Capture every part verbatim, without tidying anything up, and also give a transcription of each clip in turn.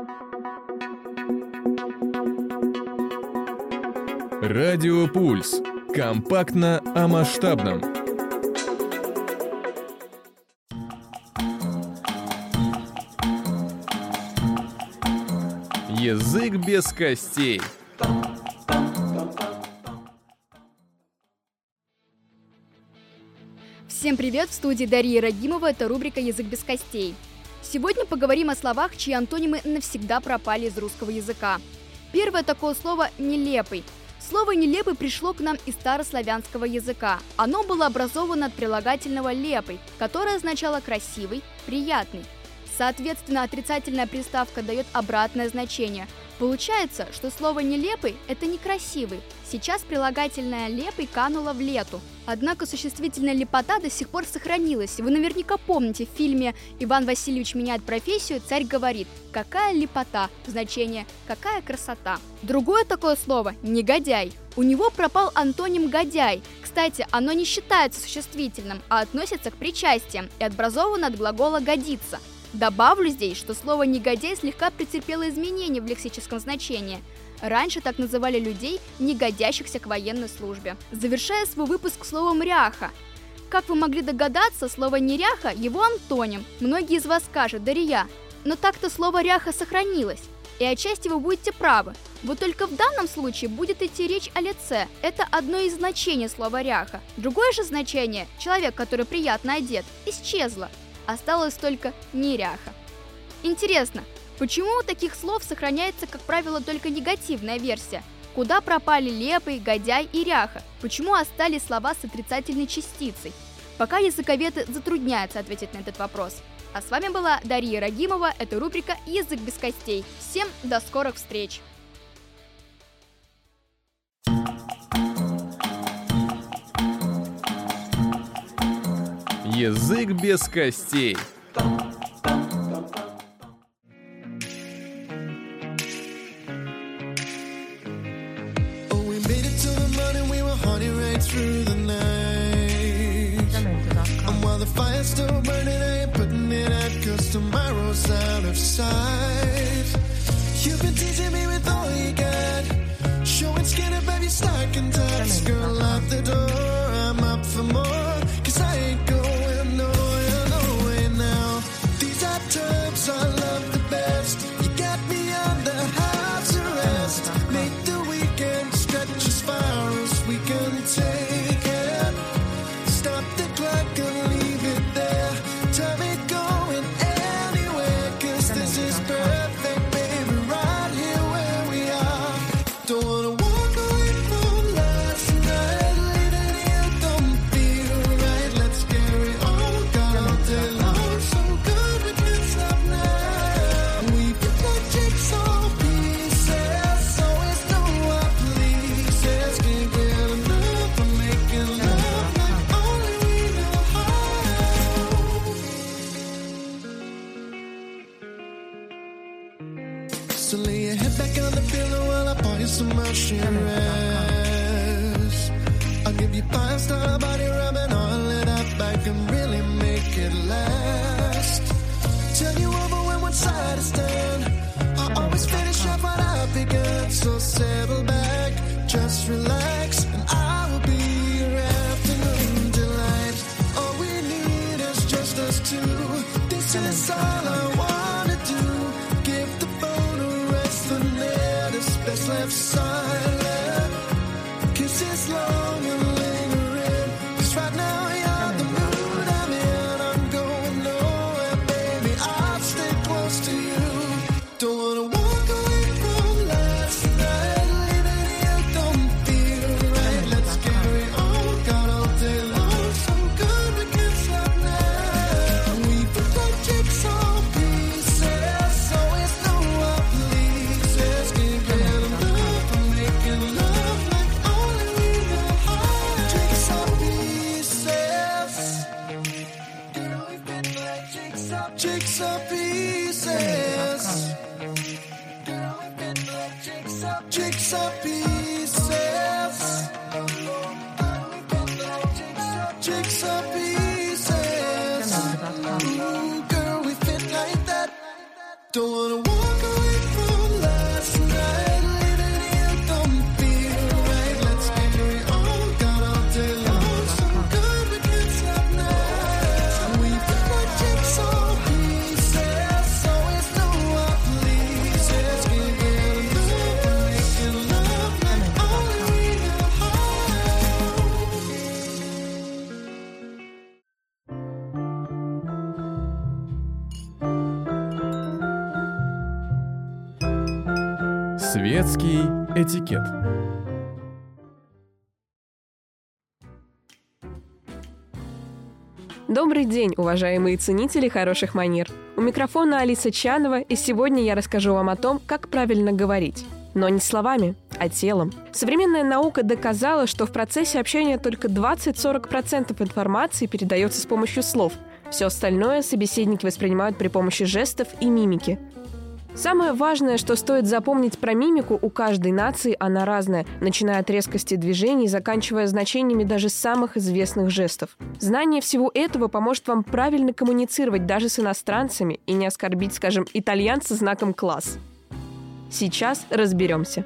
Радио Пульс. Компактно о масштабном. Язык без костей. Всем привет, в студии Дарья Рагимова, это рубрика «Язык без костей». Сегодня поговорим о словах, чьи антонимы навсегда пропали из русского языка. Первое такое слово «нелепый». Слово «нелепый» пришло к нам из старославянского языка. Оно было образовано от прилагательного «лепый», которое означало «красивый», «приятный». Соответственно, отрицательная приставка дает обратное значение. Получается, что слово «нелепый» — это некрасивый. Сейчас прилагательное «лепый» кануло в лету. Однако существительное «лепота» до сих пор сохранилось. Вы наверняка помните, в фильме «Иван Васильевич меняет профессию» царь говорит «какая лепота», значение «какая красота». Другое такое слово – «негодяй». У него пропал антоним «годяй». Кстати, оно не считается существительным, а относится к причастиям и образовано от глагола «годиться». Добавлю здесь, что слово «негодяй» слегка претерпело изменения в лексическом значении. Раньше так называли людей, не годящихся к военной службе. Завершая свой выпуск словом «ряха». Как вы могли догадаться, слово «неряха» – его антоним. Многие из вас скажут «дарья», но так-то слово «ряха» сохранилось. И отчасти вы будете правы. Вот только в данном случае будет идти речь о лице. Это одно из значений слова «ряха». Другое же значение – человек, который приятно одет, исчезло. Осталось только неряха. Интересно, почему у таких слов сохраняется, как правило, только негативная версия? Куда пропали лепый, годяй и ряха? Почему остались слова с отрицательной частицей? Пока языковеды затрудняются ответить на этот вопрос. А с вами была Дарья Рагимова, это рубрика «Язык без костей». Всем до скорых встреч! Язык без костей. So lay your head back on the pillow while I pour you some mattress. I'll give you five star body rub and oil it up back and really make it last. Turn you over when one side is done. I always finish up what I begun. So settle back, just relax, and I will be your afternoon delight. All we need is just us two. This is all I wanna do. Give the phone a rest and let us best left silent. Kisses long and lingering. 'Cause right now you're the mood I'm in. I'm going nowhere, baby. I'll stay close to you. Don't wanna walk away from last night. Leaving you don't feel right. Let's carry on. Got all day long. So good we can't stop now. We feel like jigsaw pieces. Always know what pleases. Can't get enough of making love like only we know how. Jigsaw pieces. Girl, we fit like jigsaw. Jigsaw pieces. Girl, we fit like jigsaw. Jigsaw pieces. Jigsaw pieces. Ooh, girl, we fit like that. Don't wanna walk away Светский этикет. Добрый день, уважаемые ценители хороших манер. У микрофона Алиса Чанова, и сегодня я расскажу вам о том, как правильно говорить. Но не словами, а телом. Современная наука доказала, что в процессе общения только двадцать-сорок процентов информации передается с помощью слов. Все остальное собеседники воспринимают при помощи жестов и мимики. Самое важное, что стоит запомнить про мимику, у каждой нации она разная, начиная от резкости движений, заканчивая значениями даже самых известных жестов. Знание всего этого поможет вам правильно коммуницировать даже с иностранцами и не оскорбить, скажем, итальянца знаком «класс». Сейчас разберемся.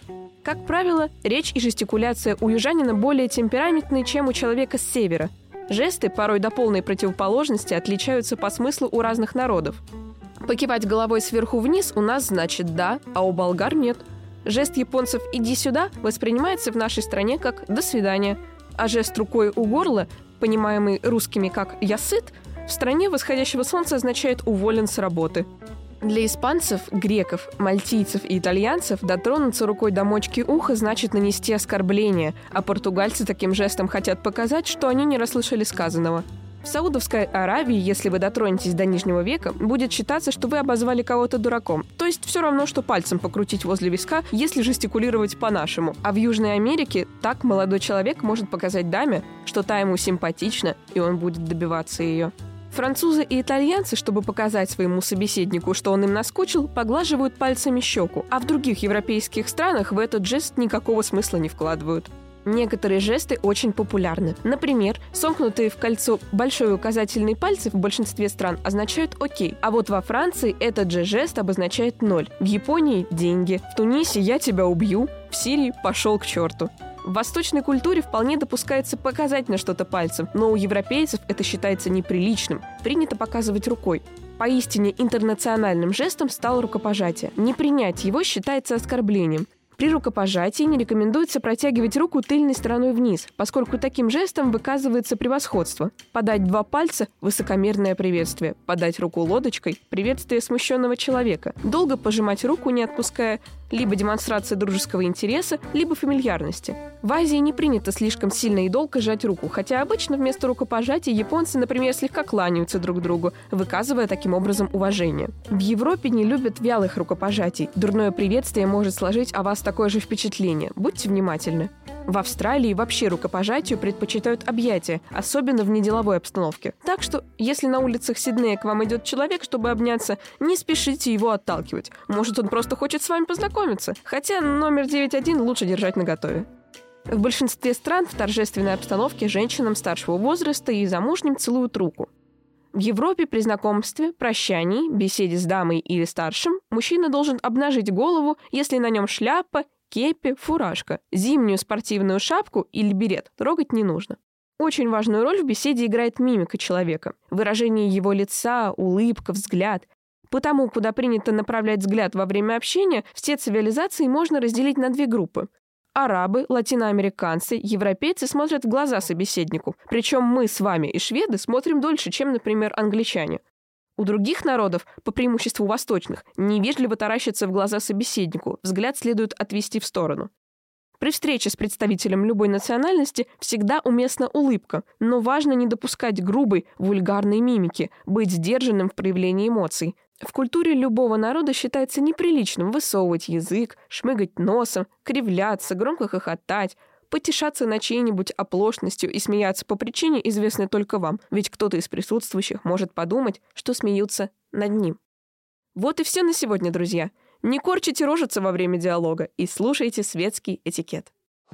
Как правило, речь и жестикуляция у южанина более темпераментные, чем у человека с севера. Жесты, порой до полной противоположности, отличаются по смыслу у разных народов. Покивать головой сверху вниз у нас значит «да», а у болгар нет. Жест японцев «иди сюда» воспринимается в нашей стране как «до свидания», а жест рукой у горла, понимаемый русскими как «я сыт», в стране восходящего солнца означает «уволен с работы». Для испанцев, греков, мальтийцев и итальянцев дотронуться рукой до мочки уха значит нанести оскорбление, а португальцы таким жестом хотят показать, что они не расслышали сказанного. В Саудовской Аравии, если вы дотронетесь до нижнего века, будет считаться, что вы обозвали кого-то дураком. То есть все равно, что пальцем покрутить возле виска, если жестикулировать по-нашему. А в Южной Америке так молодой человек может показать даме, что та ему симпатична, и он будет добиваться ее. Французы и итальянцы, чтобы показать своему собеседнику, что он им наскучил, поглаживают пальцами щеку, а в других европейских странах в этот жест никакого смысла не вкладывают. Некоторые жесты очень популярны. Например, сомкнутые в кольцо большой и указательный пальцы в большинстве стран означают «окей», а вот во Франции этот же жест обозначает «ноль», в Японии – «деньги», в Тунисе «я тебя убью», в Сирии «пошел к черту». В восточной культуре вполне допускается показать на что-то пальцем, но у европейцев это считается неприличным. Принято показывать рукой. Поистине интернациональным жестом стало рукопожатие. Не принять его считается оскорблением. При рукопожатии не рекомендуется протягивать руку тыльной стороной вниз, поскольку таким жестом выказывается превосходство. Подать два пальца – высокомерное приветствие. Подать руку лодочкой – приветствие смущенного человека. Долго пожимать руку, не отпуская – либо демонстрация дружеского интереса, либо фамильярности. В Азии не принято слишком сильно и долго жать руку, хотя обычно вместо рукопожатия японцы, например, слегка кланяются друг другу, выказывая таким образом уважение. В Европе не любят вялых рукопожатий. Дурное приветствие может сложить о вас такое же впечатление. Будьте внимательны. В Австралии вообще рукопожатию предпочитают объятия, особенно в неделовой обстановке. Так что, если на улицах Сиднея к вам идет человек, чтобы обняться, не спешите его отталкивать. Может, он просто хочет с вами познакомиться. Хотя номер девять один лучше держать наготове. В большинстве стран в торжественной обстановке женщинам старшего возраста и замужним целуют руку. В Европе при знакомстве, прощании, беседе с дамой или старшим мужчина должен обнажить голову, если на нем шляпа, кепи, фуражка. Зимнюю спортивную шапку или берет трогать не нужно. Очень важную роль в беседе играет мимика человека. Выражение его лица, улыбка, взгляд. Потому, куда принято направлять взгляд во время общения, все цивилизации можно разделить на две группы. Арабы, латиноамериканцы, европейцы смотрят в глаза собеседнику. Причем мы с вами и шведы смотрим дольше, чем, например, англичане. У других народов, по преимуществу восточных, невежливо таращатся в глаза собеседнику, взгляд следует отвести в сторону. При встрече с представителем любой национальности всегда уместна улыбка, но важно не допускать грубой, вульгарной мимики, быть сдержанным в проявлении эмоций. В культуре любого народа считается неприличным высовывать язык, шмыгать носом, кривляться, громко хохотать, потешаться над чьей-нибудь оплошностью и смеяться по причине, известной только вам, ведь кто-то из присутствующих может подумать, что смеются над ним. Вот и все на сегодня, друзья. Не корчите рожицы во время диалога и слушайте светский этикет.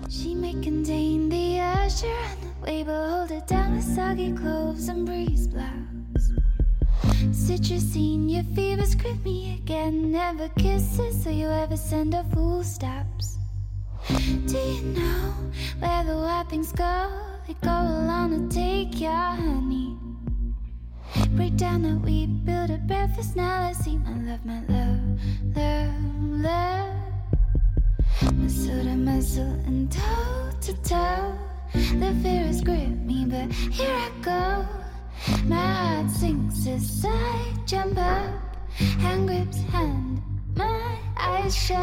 Do you know where the wrappings go? They go along to take your honey. Break down that we build a breakfast. Now let's see, my love, my love, love, love. Muscle to muscle and toe to toe. The fear has gripped me, but here I go. My heart sinks as I jump up. Hand grips hand, my eyes shut.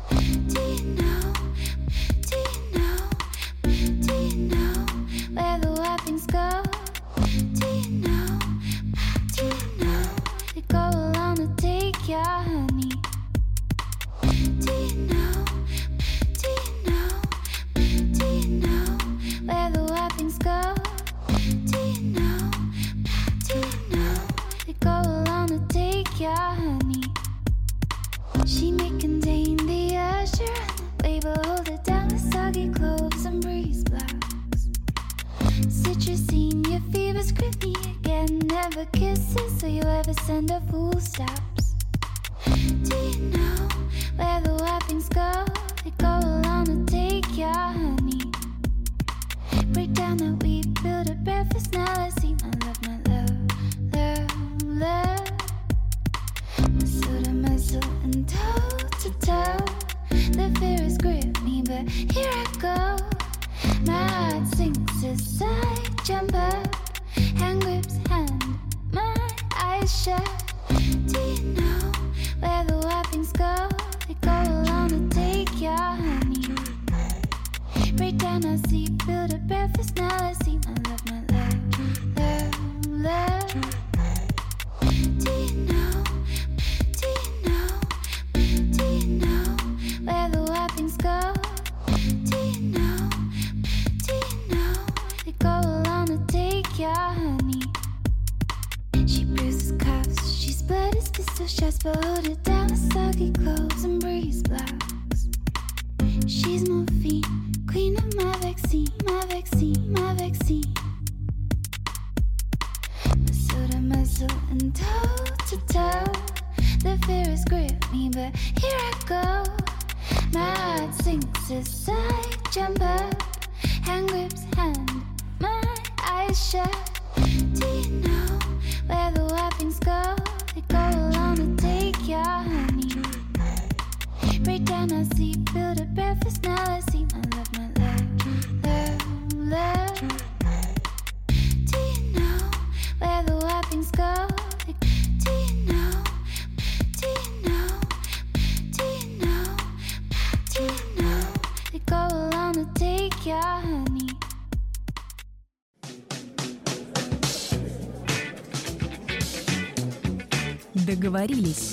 Do you know? Do you know? Do you know where the wild things go? Do you know? Do you know they go along to take your honey? Do you know? Do you know? Do you know where the wild things go? Do you know? Do you know they go along to take your honey? She may contain the usher and the label, hold it down with soggy cloves and breeze blocks. Citrusine, your fever's creepy again. Never kisses, so you ever send her full stops. Do you know where the wild things go? They go along to take your honey. Break down that we build a breakfast. Now let's see my love, my love, love, love. Muscle to muscle and toe to toe. The fear has gripped me, but here I go. My heart sinks as I jump up. Hand grips hand, my eyes shut. Do you know where the wild things go? They go along to take your honey. Break down our seat, build a breakfast. Now let's see my love, my love, love, love. Do you know? Do you know? Do you know where the wild things go? Do you know? Do you know they go along to take your honey? She bruises cuffs, she splutters pistol shots, but hold it down with soggy cloves and breeze blocks. She's morphine, queen of my vaccine, my vaccine, my vaccine. Muscle to muscle and toe to toe. The fear has gripped me, but here I go. My heart sinks as I jump up. Hand grips hand, my eyes shut. Do you know where the wild things go? They go along to take your honey. Break down our seat, build a breakfast. Now let's see my love, my love, love, love. Do you know where the wild things go? They, do you know? Do you know? Do you know? Do you know they go along to take your honey? Договорились.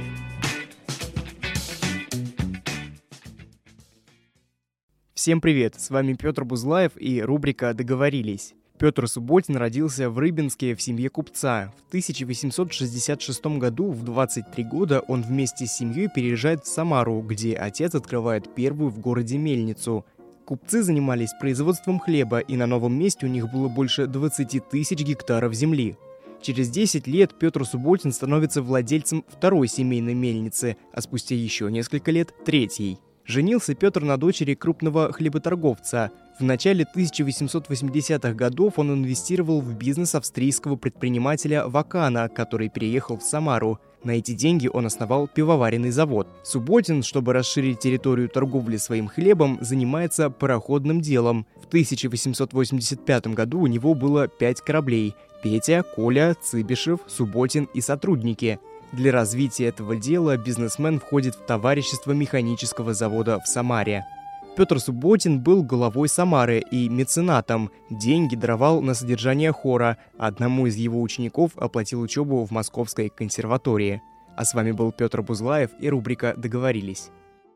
Всем привет, с вами Петр Бузлаев и рубрика «Договорились». Петр Субботин родился в Рыбинске в семье купца. В тысяча восемьсот шестьдесят шестом году, в двадцать три года, он вместе с семьей переезжает в Самару, где отец открывает первую в городе мельницу. Купцы занимались производством хлеба, и на новом месте у них было больше двадцати тысяч гектаров земли. Через десять лет Петр Субботин становится владельцем второй семейной мельницы, а спустя еще несколько лет – третьей. Женился Петр на дочери крупного хлеботорговца. В начале тысяча восемьсот восьмидесятых годов он инвестировал в бизнес австрийского предпринимателя Вакана, который переехал в Самару. На эти деньги он основал пивоваренный завод. Субботин, чтобы расширить территорию торговли своим хлебом, занимается пароходным делом. В тысяча восемьсот восемьдесят пятом году у него было пять кораблей – Петя, Коля, Цыбишев, Субботин и сотрудники. Для развития этого дела бизнесмен входит в товарищество механического завода в Самаре. Петр Субботин был главой Самары и меценатом. Деньги даровал на содержание хора. Одному из его учеников оплатил учебу в Московской консерватории. А с вами был Петр Бузлаев и рубрика «Договорились».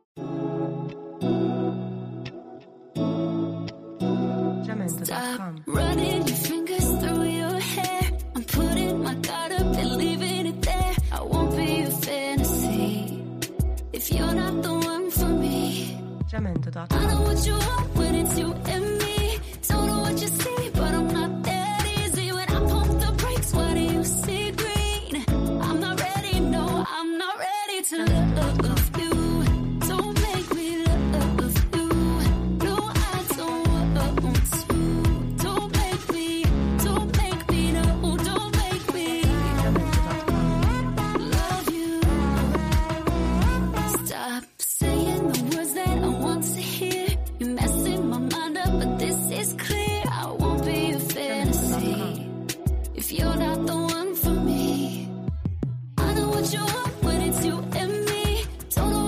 I know what you want when it's you and me. Don't know what you see, but I'm not that easy. When I pump the brakes, why do you see green? I'm not ready, no, I'm not ready to love you. Don't make me love you. No, I don't want to. Don't make me, don't make me, no, don't make me love you. Stop saying the words that I want to hear. You're messing my mind up, but this is clear. I won't be a fantasy if you're not the one for me. I know what you want when it's you and me. Don't know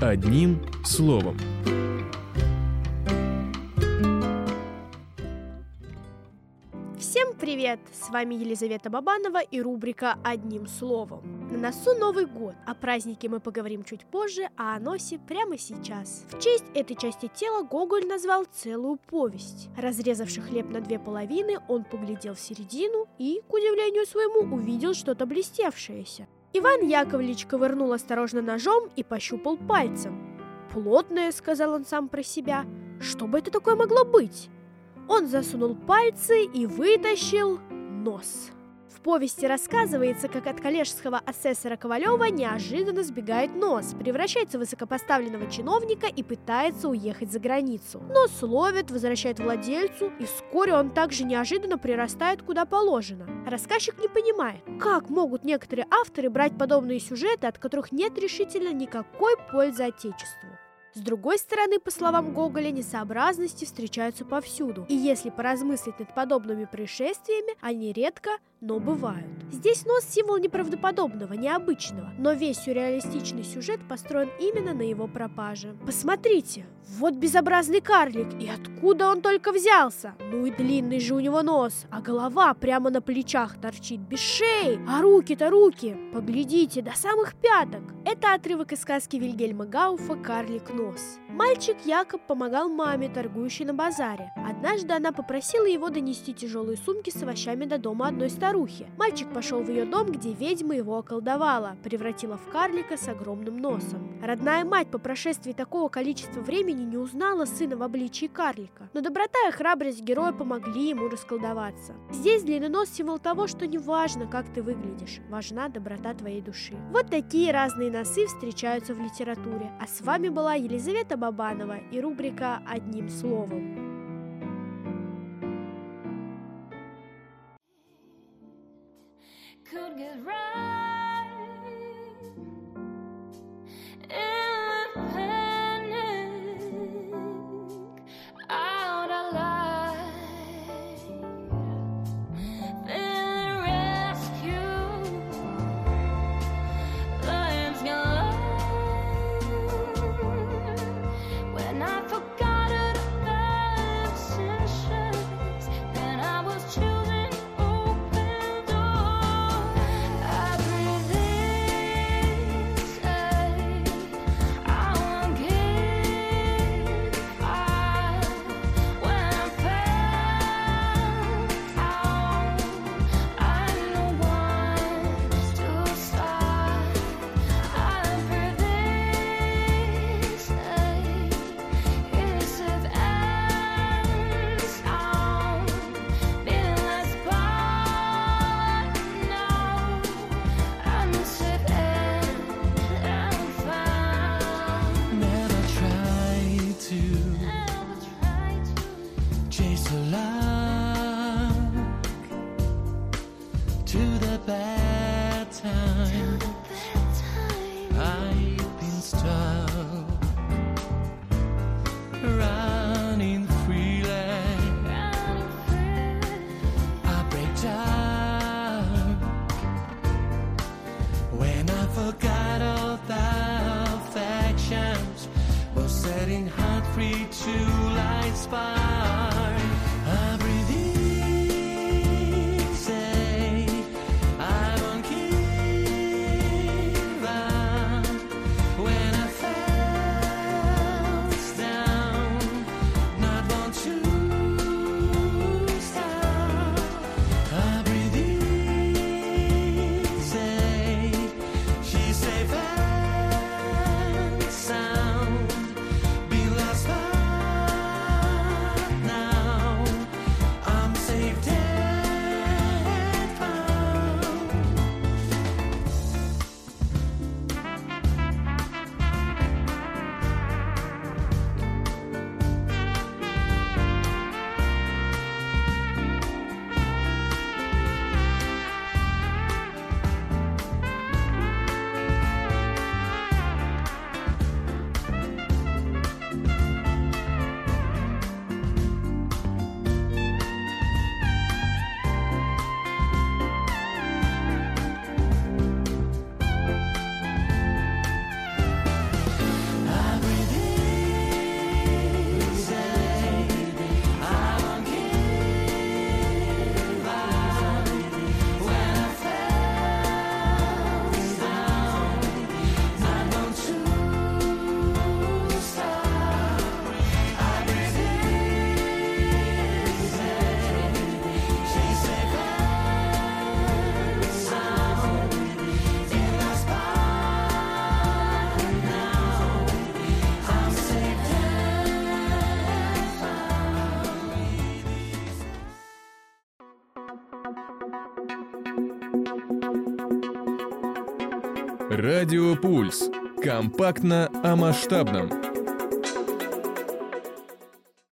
Одним словом. Всем привет! С вами Елизавета Бабанова и рубрика «Одним словом». На носу Новый год, о празднике мы поговорим чуть позже, а о носе прямо сейчас. В честь этой части тела Гоголь назвал целую повесть. Разрезавши хлеб на две половины, он поглядел в середину и, к удивлению своему, увидел что-то блестевшееся. Иван Яковлевич ковырнул осторожно ножом и пощупал пальцем. «Плотное», — сказал он сам про себя, — «что бы это такое могло быть?» Он засунул пальцы и вытащил нос. В повести рассказывается, как от коллежского асессора Ковалева неожиданно сбегает нос, превращается в высокопоставленного чиновника и пытается уехать за границу. Нос ловят, возвращает владельцу, и вскоре он также неожиданно прирастает куда положено. Рассказчик не понимает, как могут некоторые авторы брать подобные сюжеты, от которых нет решительно никакой пользы Отечеству. С другой стороны, по словам Гоголя, несообразности встречаются повсюду, и если поразмыслить над подобными происшествиями, они редко, но бывают. Здесь нос – символ неправдоподобного, необычного, но весь сюрреалистичный сюжет построен именно на его пропаже. Посмотрите, вот безобразный карлик, и откуда он только взялся? Ну и длинный же у него нос, а голова прямо на плечах торчит, без шеи, а руки-то руки, поглядите, до самых пяток. Это отрывок из сказки Вильгельма Гауфа «Карлик нос». Мальчик Якоб помогал маме, торгующей на базаре. Однажды она попросила его донести тяжелые сумки с овощами до дома одной старухи. Мальчик пошел в ее дом, где ведьма его околдовала, превратила в карлика с огромным носом. Родная мать по прошествии такого количества времени не узнала сына в обличии карлика, но доброта и храбрость героя помогли ему расколдоваться. Здесь длинный нос – символ того, что не важно, как ты выглядишь, важна доброта твоей души. Вот такие разные носы встречаются в литературе. А с вами была Елизавета Бабанова и рубрика «Одним словом». Could get right in the panic, out of life, feeling rescue, lion's gone when I forgot it about obsessions, then I was choosing open doors. I breathe in, say I won't give up. When I fell out, I know once to stop. I breathe in, say it's safe and sound, being less bound now. I'm safe and found. Never try to Never try to chase the luck to the bad time. I've been stuck running freely. I break down when I forgot all the affections was setting heart free to light spark. I breathe in, say I won't give up. When I fell down, not want to stop. I breathe in, say she's safe and sound, be lost but now. Радио Пульс. Компактно о масштабном.